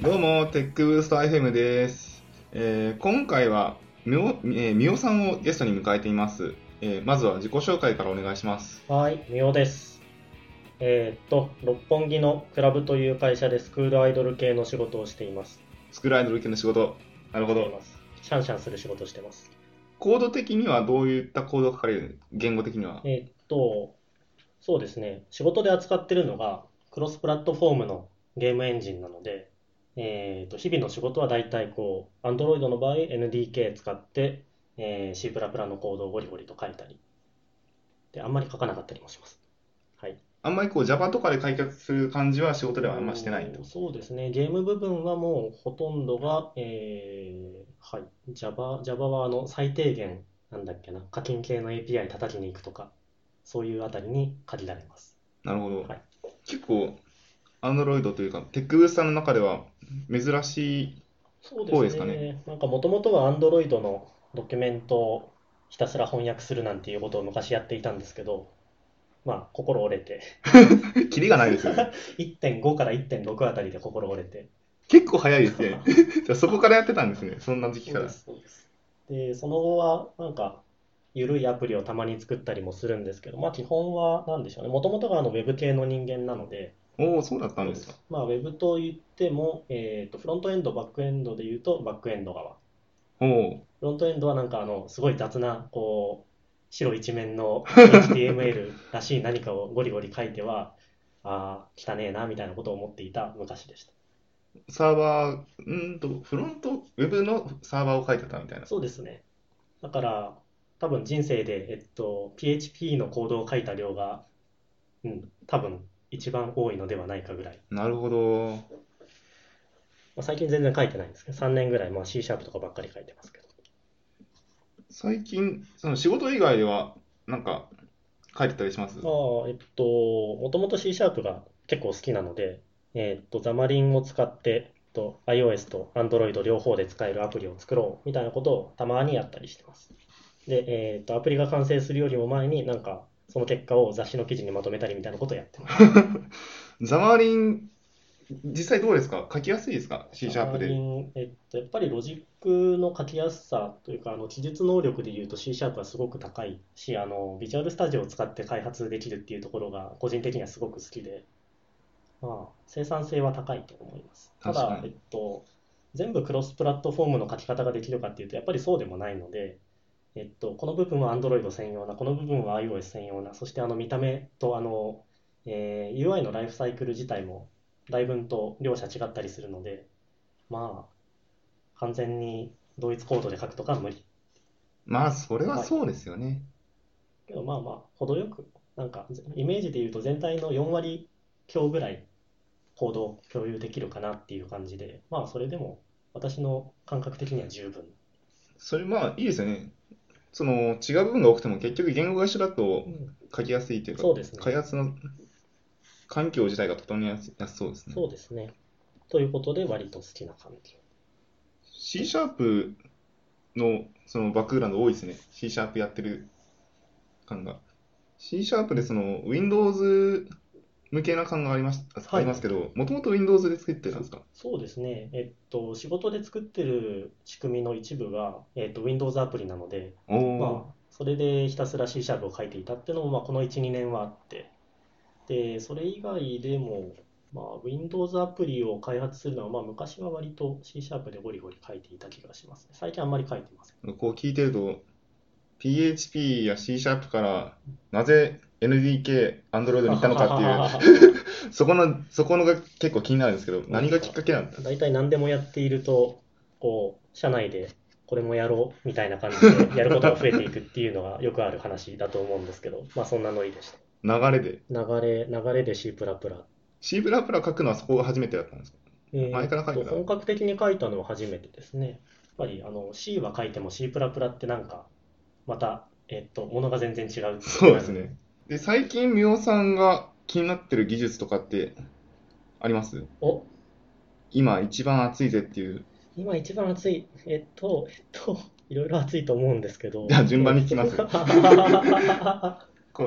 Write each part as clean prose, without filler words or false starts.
どうも、テックブースト FM です。今回はみおさんをゲストに迎えています。まずは自己紹介からお願いします。 はい、みおです。六本木のクラブという会社でスクールアイドル系の仕事をしています。 スクールアイドル系の仕事。なるほど。 しています。シャンシャンする仕事をしてます。 コード的にはどういったコードが書かれる言語的には。 そうですね。仕事で扱ってるのがクロスプラットフォームのゲームエンジンなので、日々の仕事はだいたいAndroid の場合 NDK 使って、C++ のコードをゴリゴリと書いたり、で、あんまり書かなかったりもします。はい。 あんまりJava とかで解決する感じは仕事ではあんましてないと。 そうですね。ゲーム部分はもうほとんどが、はい。Java は最低限、なんだっけな、課金系の API 叩きに行くとか、そういうあたりに限られます。 なるほど。 はい。 結構、Android というか、テックブースターの中では珍しいそうです方ですかね。 ね。なんかもともとは Android のドキュメントをひたすら翻訳するなんていうことを昔やっていたんですけど、まあ、心折れてキリがないですよね。 1.5から1.6あたりで心折れて、 結構早いですね。じゃあそこからやってたんですね。そんな時期から。 そうです、そうです。で、その後は、なんか、緩いアプリをたまに作ったりもするんですけど、まあ基本は、なんでしょうね。もともとがウェブ系の人間なので、 おお、そうだったんですか。 そうです。まあウェブと言っても、フロントエンド、バックエンドで言うと、バックエンド側。 おお。 フロントエンドはなんかすごい雑な、白一面の HTML らしい何かをゴリゴリ書いては、ああ、汚ねえな、みたいなことを思っていた昔でした。 サーバー、フロント、ウェブのサーバーを書いてたみたいな。 そうですね。だから、多分人生で、PHP のコードを書いた量が、多分一番多いのではないかぐらい。 なるほど。 まあ、最近全然書いてないんですけど、3年ぐらい、まあ、C シャープとかばっかり書いてますけど。 最近、その仕事以外では、なんか、書いてたりします？ まあ、もともと C シャープが結構好きなので、ザマリンを使って、iOS と Android 両方で使えるアプリを作ろうみたいなことをたまにやったりしてます。で、アプリが完成するよりも前になんか、その結果を雑誌の記事にまとめたりみたいなことをやってます。 ザマリン、実際どうですか？書きやすいですか？ C ザシャープで。 マリン、やっぱりロジックの書きやすさというか、記述能力で言うと C シャープはすごく高いし、ビジュアルスタジオを使って開発できるっていうところが個人的にはすごく好きで、まあ、生産性は高いと思います。ただ、 確かに。 全部クロスプラットフォームの書き方ができるかっていうと、やっぱりそうでもないので、この部分は Android 専用な、この部分は iOS 専用な、そして見た目とUI のライフサイクル自体もだいぶと両者違ったりするので、まあ、完全に同一コードで書くとかは無理。 まあ、それははい。 そうですよね。 けどまあまあ、程よく、なんか、イメージで言うと全体の4割強ぐらいコードを共有できるかなっていう感じで、まあ、それでも私の感覚的には十分。 それまあ、いいですよね。その、違う部分が多くても結局言語が一緒だとうん、 書きやすいというか、 そうですね。 開発の環境自体が整いやすそうですね。 そうですね。ということで、割と好きな感じ。 C シャープのそのバックグラウンド多いですね。C シャープやってる感が。C シャープでその Windows 向けな感があはいはいはい。 りますけど、もともと Windows で作ってたんですか？ そうですね。仕事で作ってる仕組みの一部が、Windows アプリなので、 おおまあ、それでひたすら C シャープを書いていたっていうのも、まあ、この1、2年はあって、で、それ以外でも、まあ、Windows アプリを開発するのは、まあ、昔は割と C シャープでゴリゴリ書いていた気がしますね。最近あんまり書いてません。 ー、こう聞いてると、PHP や C シャープからなぜ NDK、Android に行ったのかっていうそこのが結構気になるんですけど、何がきっなんか、 かけなんだ？ 大体何でもやっていると、社内でこれもやろうみたいな感じでやることが増えていくっていうのがよくある話だと思うんですけど、まあそんなノリでした。 流れで。 流れで C++。 C++ 書くのはそこが初めてだったんですか？前から書いてた。 本格的に書いたのは初めてですね。やっぱりC は書いても C++ ってなんか、また、ものが全然違うってなるんで。 そうですね。で、最近、みおさんが気になってる技術とかってあります？ お、 今一番熱いぜっていう。 今一番暑い。いろいろ暑いと思うんですけど、 じゃあ順番に聞きます。こう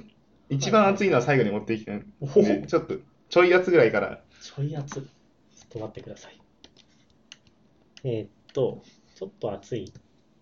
一番熱いのは最後に持ってきたんで、 お、 ちょっとちょい熱ぐらいから。 ちょい暑。 と待ってください。ちょっと熱い。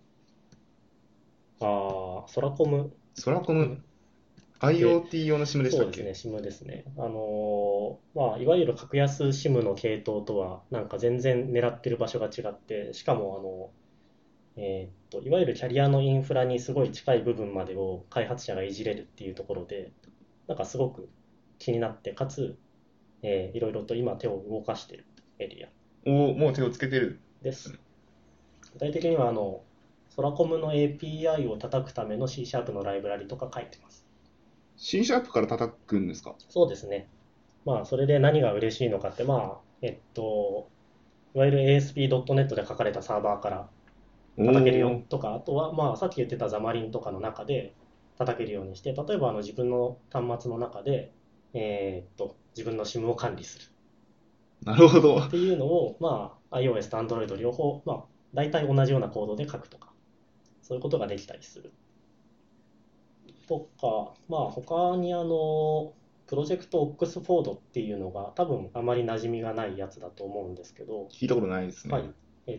ソラコム。 ソラコム、 で、 IoT 用の SIM でしたっけ？ そうですね、SIM ですね。いわゆる格安 SIM の系統とは、なんか全然狙ってる場所が違って、しかも、いわゆるキャリアのインフラにすごい近い部分までを開発者がいじれるっていうところで、なんかすごく気になって、かつ、いろいろと今手を動かしているエリアもう手をつけてる。 です。具体的には、ソラコムの API を叩くための C シャープのライブラリとか書いてます。 C シャープから叩くんですか？ そうですね。それで何が嬉しいのかって、いわゆる ASP.NET で書かれたサーバーからお叩けるよー、 とか、あとは、さっき言ってたザマリンとかの中で叩けるようにして、例えば自分の端末の中で、自分の SIM を管理するなるほど。 っていうのを、iOS と Android 両方、大体同じようなコードで書くとか、そういうことができたりする。とか、他にプロジェクトオックスフォードっていうのが多分あまり馴染みがないやつだと思うんですけど、 聞いたことないですはい。 ね。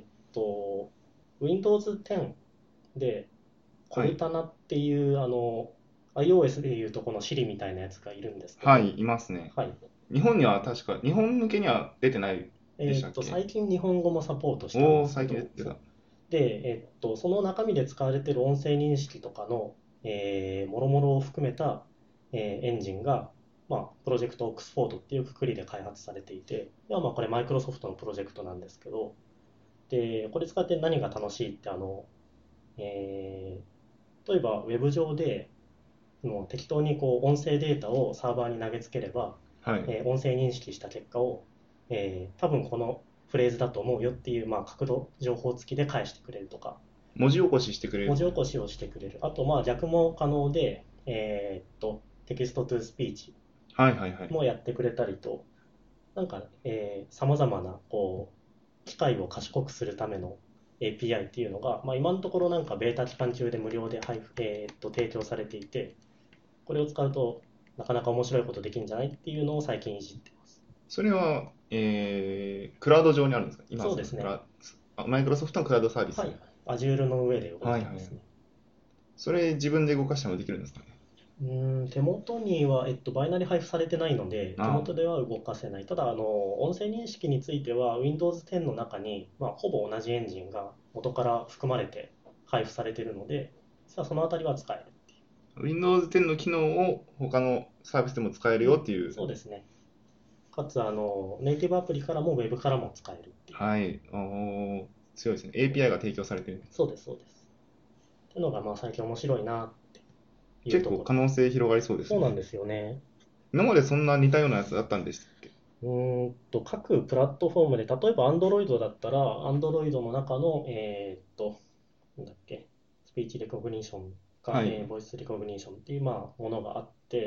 Windows 10でコはい。 ルタナっていうiOS でいうとこの Siri みたいなやつがいるんですけど、 はい、いますね。 はい。 日本には確か、日本向けには出てないでしたっけ？ 最近日本語もサポートしたんでおー、 すけど、 最近出た。 で、その中身で使われている音声認識とかの、もろもろを含めた、エンジンが、プロジェクトオックスフォードっていうくくりで開発されていて、これマイクロソフトのプロジェクトなんですけど、で、これ使って何が楽しいって、え例えばウェブ上で適当にこう音声データをサーバーに投げつければ、 はい。 音声認識した結果を、多分このフレーズだと思うよっていう、角度情報付きで返してくれるとか、 文字起こししてくれる。 文字起こしをしてくれる。あと、逆も可能で、テキストトゥスピーチはいはいはい。 もやってくれたりと、なんか、様々な、こう、機械を賢くするための API っていうのが、今のところなんかベータ期間中で無料で提供されていて、これを使うとなかなか面白いことできるんじゃないっていうのを最近いじってます。 それは、クラウド上にあるんですか？今、 そうですね。 マイクロソフトのクラウドサービス。 はい。Azure の上で動いはいはいはい。 てますね。 それ自分で動かしてもできるんですかね？ 手元には、バイナリ配布されてないので、手あ元では動かせない。ただ、音声認識については、Windows 10の中に、ほぼ同じエンジンが元から含まれて配布されているので、実はそのあたりは使える。 あ、Windows 10の機能を他のサービスでも使えるうん、 よっていう。 そうですね。かつ、ネイティブアプリからも Web からも使えるっていう。 はい。強いですね。API が提供されてる。 そうです、そうです。っていうのが、最近面白いなっていう結構ところ。 可能性広がりそうですね。 そうなんですよね。 今までそんな似たようなやつあったんでしたっけ？ 各プラットフォームで、例えば Android だったら、Android の中の、なんだっけ、スピーチレコグニーションか、 はい。 ボイスレコグニーションっていう、ものがあって、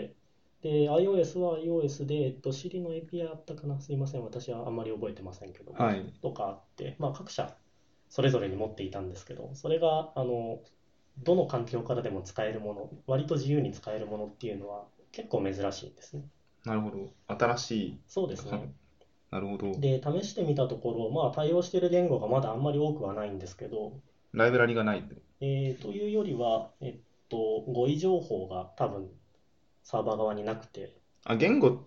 で、iOS は iOS で、Siri の API あったかな、すいません、私はあんまり覚えてませんけども、 はい。 とかあって、各社それぞれに持っていたんですけど、それが、どの環境からでも使えるもの、割と自由に使えるものっていうのは結構珍しいんですね。 なるほど。新しい。 そうですね。 なるほど。 で、試してみたところ、対応している言語がまだあんまり多くはないんですけど、 ライブラリがない。 というよりは、語彙情報が多分サーバー側になくて、 あ、言語って、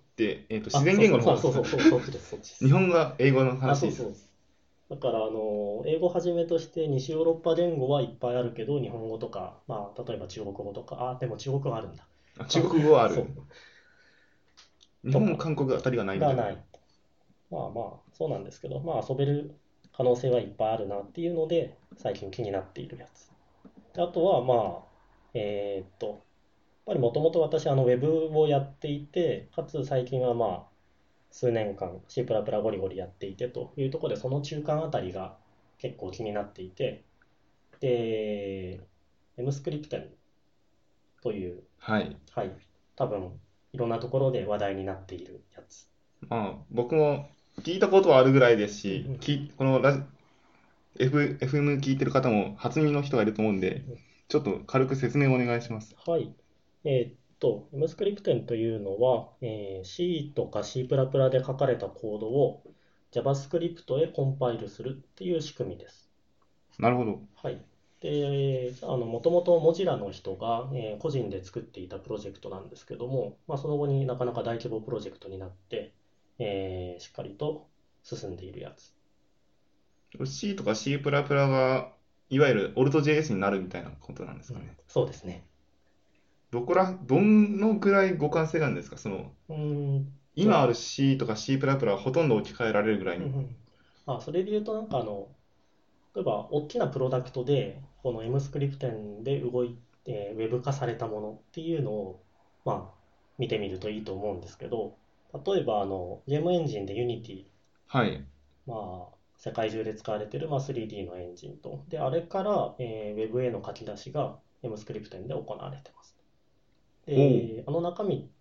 自あ、 然そうそう、 言語の方ですか？ そっちです、そっちで日す。 本が英語のあ、 話です。 そうそう。だから、英語はじめとして西ヨーロッパ言語はいっぱいあるけど、日本語とか、例えば中国語とか、でも中国語あるんだ。 あ、中国語はあそう、 る。日本、 とか韓国あたりがないみたいな。 がない。そうなんですけど、遊べる可能性はいっぱいあるなっていうので、最近気になっているやつ。であとは、やっぱりもともと私、ウェブをやっていて、かつ最近は数年間 C++ ゴリゴリやっていてというところで、その中間あたりが結構気になっていて、で、MScripten という、 はい。 はい、多分いろんなところで話題になっているやつ。 僕も聞いたことはあるぐらいですし、 うんうん。 このFM 聞いてる方も初耳の人がいると思うんで、ちょっと軽く説明をお願いします。 はい。MScripten というのは、C とか C++ で書かれたコードを、 JavaScript へコンパイルするっていう仕組みです。 なるほど。 はい。で、もともとモジラの人が、個人で作っていたプロジェクトなんですけども、その後になかなか大規模プロジェクトになって、しっかりと進んでいるやつ。 C とか C++ が、いわゆる AltJS になるみたいなことなんですうん、 かね。 そうですね。 どのぐらい互換性があるんですか？ うーん今ある C とか C++ はほとんど置き換えられるぐらいに。 うんうんそれで言うと、例えば大きなプロダクトで、この M スクリプトで動いて、ウェブ化されたものっていうのを、見てみるといいと思うんですけど、例えばゲームエンジンで Unity、 はい。 世界中で使われている、3D のエンジンと、で、あれから、ウェブへの書き出しが M スクリプトで行われてます。 おお。 で、あの中身って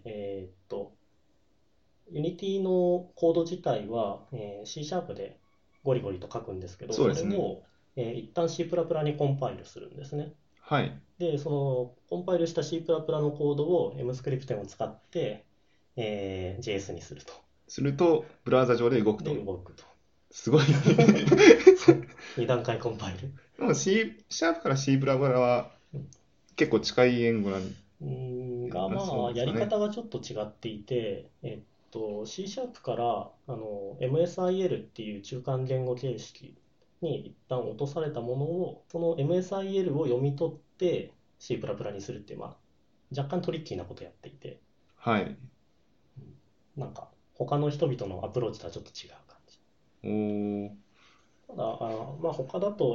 、Unity のコード自体は、C シャープでゴリゴリと書くんですけど、そそうですね。 れを、一旦 C++ にコンパイルするんですね。 はい。 で、そのコンパイルした C++ のコードを MScript を使って、JS にすると。 すると、ブラウザ上で動くで、 と。 動くと。 すごい。 そう。二段階コンパイル。 でも C シャープから C++ は結構近い言語なんそうですやりかね。 方がちょっと違っていて、C シャープからMSIL っていう中間言語形式に一旦落とされたものを、その MSIL を読み取って C++ にするっていう、若干トリッキーなことをやっていて、 はい。 なんか他の人々のアプローチとはちょっと違う感じ。 おー。 ただ、他だと、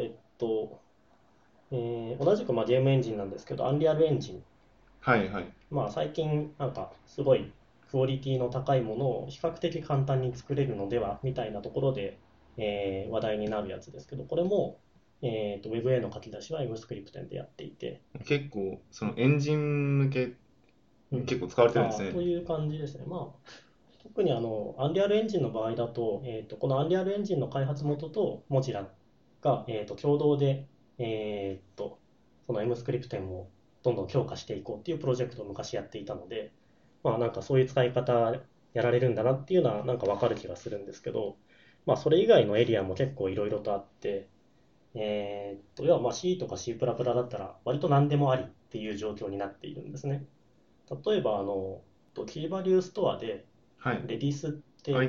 同じくゲームエンジンなんですけど、アンリアルエンジン、 はいはい。 最近なんかすごいクオリティの高いものを比較的簡単に作れるのではみたいなところで、話題になるやつですけど、これも、Web への書き出しは MScript でやっていて、 結構、そうんのエンジン向けうん、 に結構使われてるんですね。 という感じですね。特にアンリアルエンジンの場合だと、このアンリアルエンジンの開発元とモジラが、共同で、その MScript をどんどん強化していこうっていうプロジェクトを昔やっていたので、なんかそういう使い方やられるんだなっていうのはなんかわかる気がするんですけど、それ以外のエリアも結構いろいろとあって、要はC とか C++ だったら割と何でもありっていう状況になっているんですね。例えばキーバリューストアではい。 レディースって、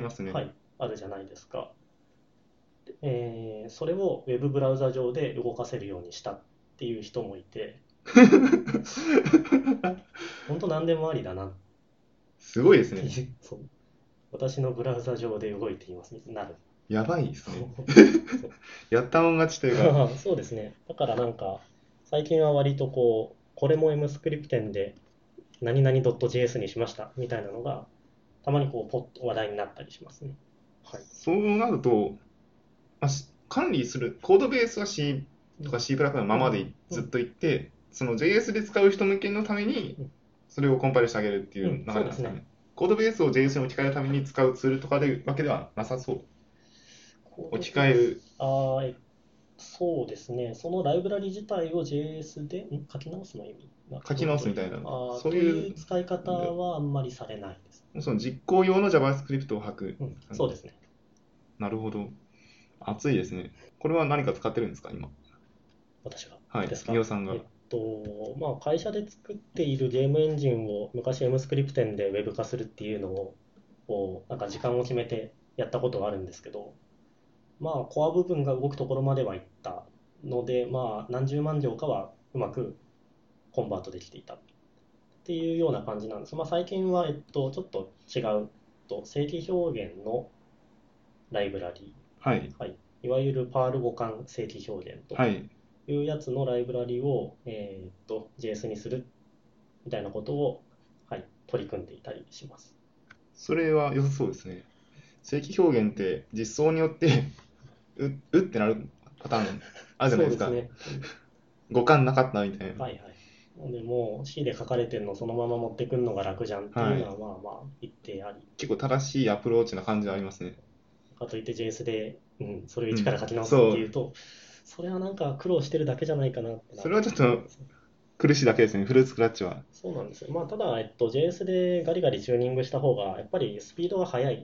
ありますね。 はい、あるじゃないですか。それをウェブブラウザ上で動かせるようにしたっていう人もいて、本当何でもありだなっすごいですね。 ていう、そう、私のブラウザ上で動いていますみたいになる。 やばいですそね。 うやったもん勝ちというか、 そうですね。だからなんか、最近は割とこう、これも M スクリプトで何々 .js にしましたみたいなのが、たまにこう、ポッと話題になったりしますね。はい。 そうなると、管理する、コードベースは C とかうん。 C++ のままでうん。 ずっといって、その JS で使う人向けのために、 うん。 それをコンパイルしてあげるっていう流れそうですね。 なんですかね。コードベースを JS に置き換えるために使うツールとかでわけではなさそう。 コード置きベース、 換える、 そうですね。そのライブラリ自体を JS で、書き直すの意味書きどどういう、 直すみたいな、そうという、 いう使い方はあんまりされないです。 その実行用の JavaScript を書くうん、 感じ。 そうですね。 なるほど。熱いですね。これは何か使ってるんですか、今。 私がはい。 ですか。 みおさんが。 会社で作っているゲームエンジンを昔 M スクリプトでウェブ化するっていうのを、なんか時間を決めてやったことがあるんですけど、コア部分が動くところまではいったので、何十万行かはうまくコンバートできていたっていうような感じなんです。最近は、ちょっと違う正規表現のライブラリはい。 はい、いわゆるパール互換正規表現とはい。 いうやつのライブラリを、JS にするみたいなことを、はい、取り組んでいたりします。 それは良さそうですね。正規表現って実装によってうってなるパターンあるじゃないですか。 そうですね。 互換なかったみたいな。 はいはい。なのでもう C で書かれてるのをそのまま持ってくるのが楽じゃんっていうはい。 のは一定あり。 結構正しいアプローチな感じはありますね。 かといって JS で、それをうん。 一から書き直すっそう。 ていうと、それはなんか苦労してるだけじゃないかなってなそる。 れはちょっと苦しいだけですね。フルーツクラッチは。 そうなんですよ。ただ、JS でガリガリチューニングした方が、やっぱりスピードが速いっ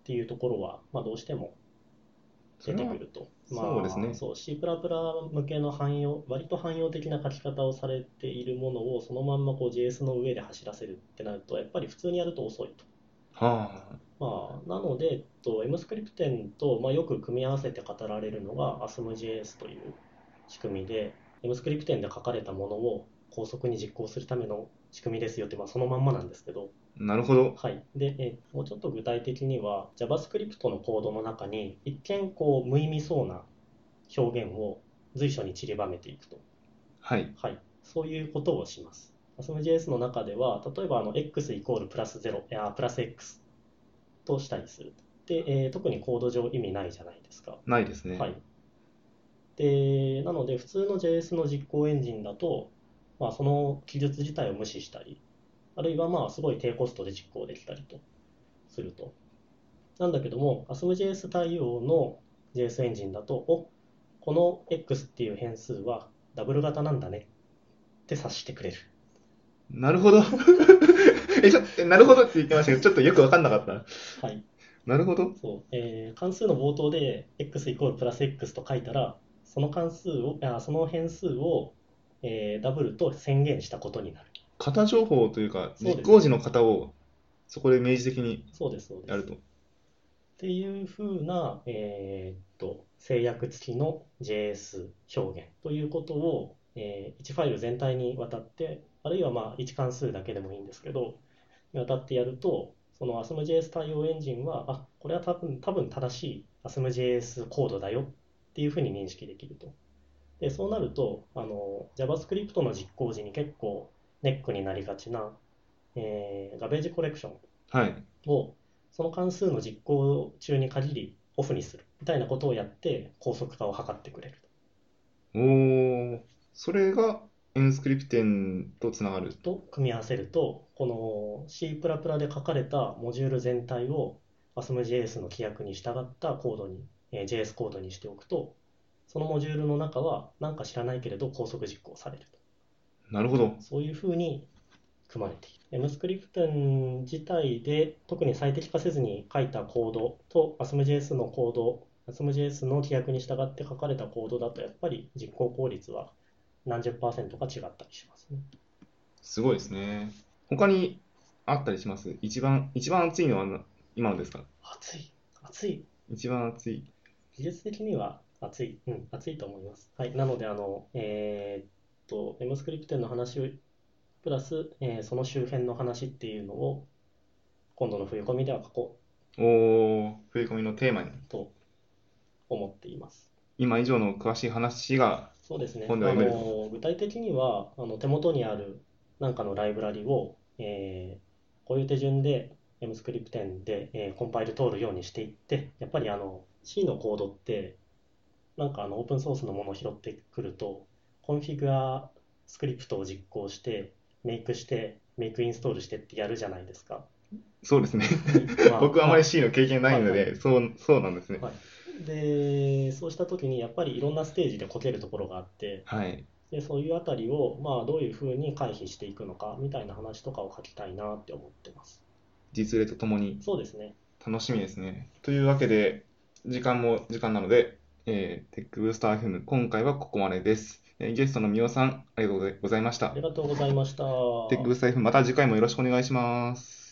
っていうところは、どうしても出それは、 てくると。 そうですね。 そう、C++ 向けの汎用、割と汎用的な書き方をされているものをそのまんまこう JS の上で走らせるってなると、やっぱり普通にやると遅いと。 はあ、 なので、MScript10 と、よく組み合わせて語られるのが ASMJS という仕組みで、MScript10 で書かれたものを高速に実行するための仕組みですよって、そのまんまなんですけど、 なるほど。 はい。で、もうちょっと具体的には JavaScript のコードの中に一見こう無意味そうな表現を随所に散りばめていくと。 はい。 はい。そういうことをします。ASMJS の中では、例えばx イコールプラス0、プラス x としたりする。で、特にコード上意味ないじゃないですか。 ないですね。 はい。で、なので普通の JS の実行エンジンだと、その記述自体を無視したり、あるいはすごい低コストで実行できたりとすると。なんだけども、ASMJS 対応の JS エンジンだと、この X っていう変数はダブル型なんだねって察してくれる。 なるほど。なるほどって言ってましたけど、ちょっとよくわかんなかった。 はい。 なるほど。 そう、関数の冒頭で X イコールプラス X と書いたら、その変数を、ダブルと宣言したことになる。 型情報というか、 そうです。 実行時の型をそこで明示的にそうです、そうです。 やると。 っていう風な、制約付きの JS 表現ということを、1ファイル全体にわたって、あるいは1関数だけでもいいんですけど、にわたってやると、その ASMJS 対応エンジンは、これは多分正しい ASMJS コードだよっていうふうに認識できると。で、そうなると、JavaScript の実行時に結構ネックになりがちな、ガベージコレクションはい。 をその関数の実行中に限りオフにするみたいなことをやって高速化を図ってくれるおー、それが Enscripten とつながる。 と組み合わせると、この C++ で書かれたモジュール全体を ASMJS の規約に従ったコードに、JS コードにしておくと、そのモジュールの中は何か知らないけれど高速実行されると。 なるほど。 そういうふうに組まれている。MScript 自体で特に最適化せずに書いたコードと ASMJS のコード、ASMJS の規約に従って書かれたコードだとやっぱり実行効率は何十パーセントか違ったりしますね。 すごいですね。他にあったりします？一番熱いのは今のですか？ 熱い、熱い。 一番熱い。 技術的には熱い、熱いと思います。はい。なので、MScript の話をプラス、その周辺の話っていうのを今度の冬コミでは書こおー、振り込みのテーマに。 うと思っています。 今以上の詳しい話がそうですね。 本では読めると。 具体的には、手元にあるなんかのライブラリを、こういう手順で MScript10 で、コンパイル通るようにしていって、やっぱりC のコードって、なんかオープンソースのものを拾ってくると、コンフィグアスクリプトを実行して、メイクして、メイクインストールしてってやるじゃないですか。 そうですね。 で、 僕はあまり C の経験ないのはいはい。 で、そうなんですね。 はい。で、そうしたときにやっぱりいろんなステージでこけるところがあって、 はい。 で、そういうあたりを、どういうふうに回避していくのかみたいな話とかを書きたいなって思ってます。 実例とともにそうですね。 楽しみですね。というわけで、時間も時間なので、テックブースター FM、今回はここまでです。ゲストのみおさん、ありがとうございました。 ありがとうございました。 テックブースター FM、また次回もよろしくお願いします。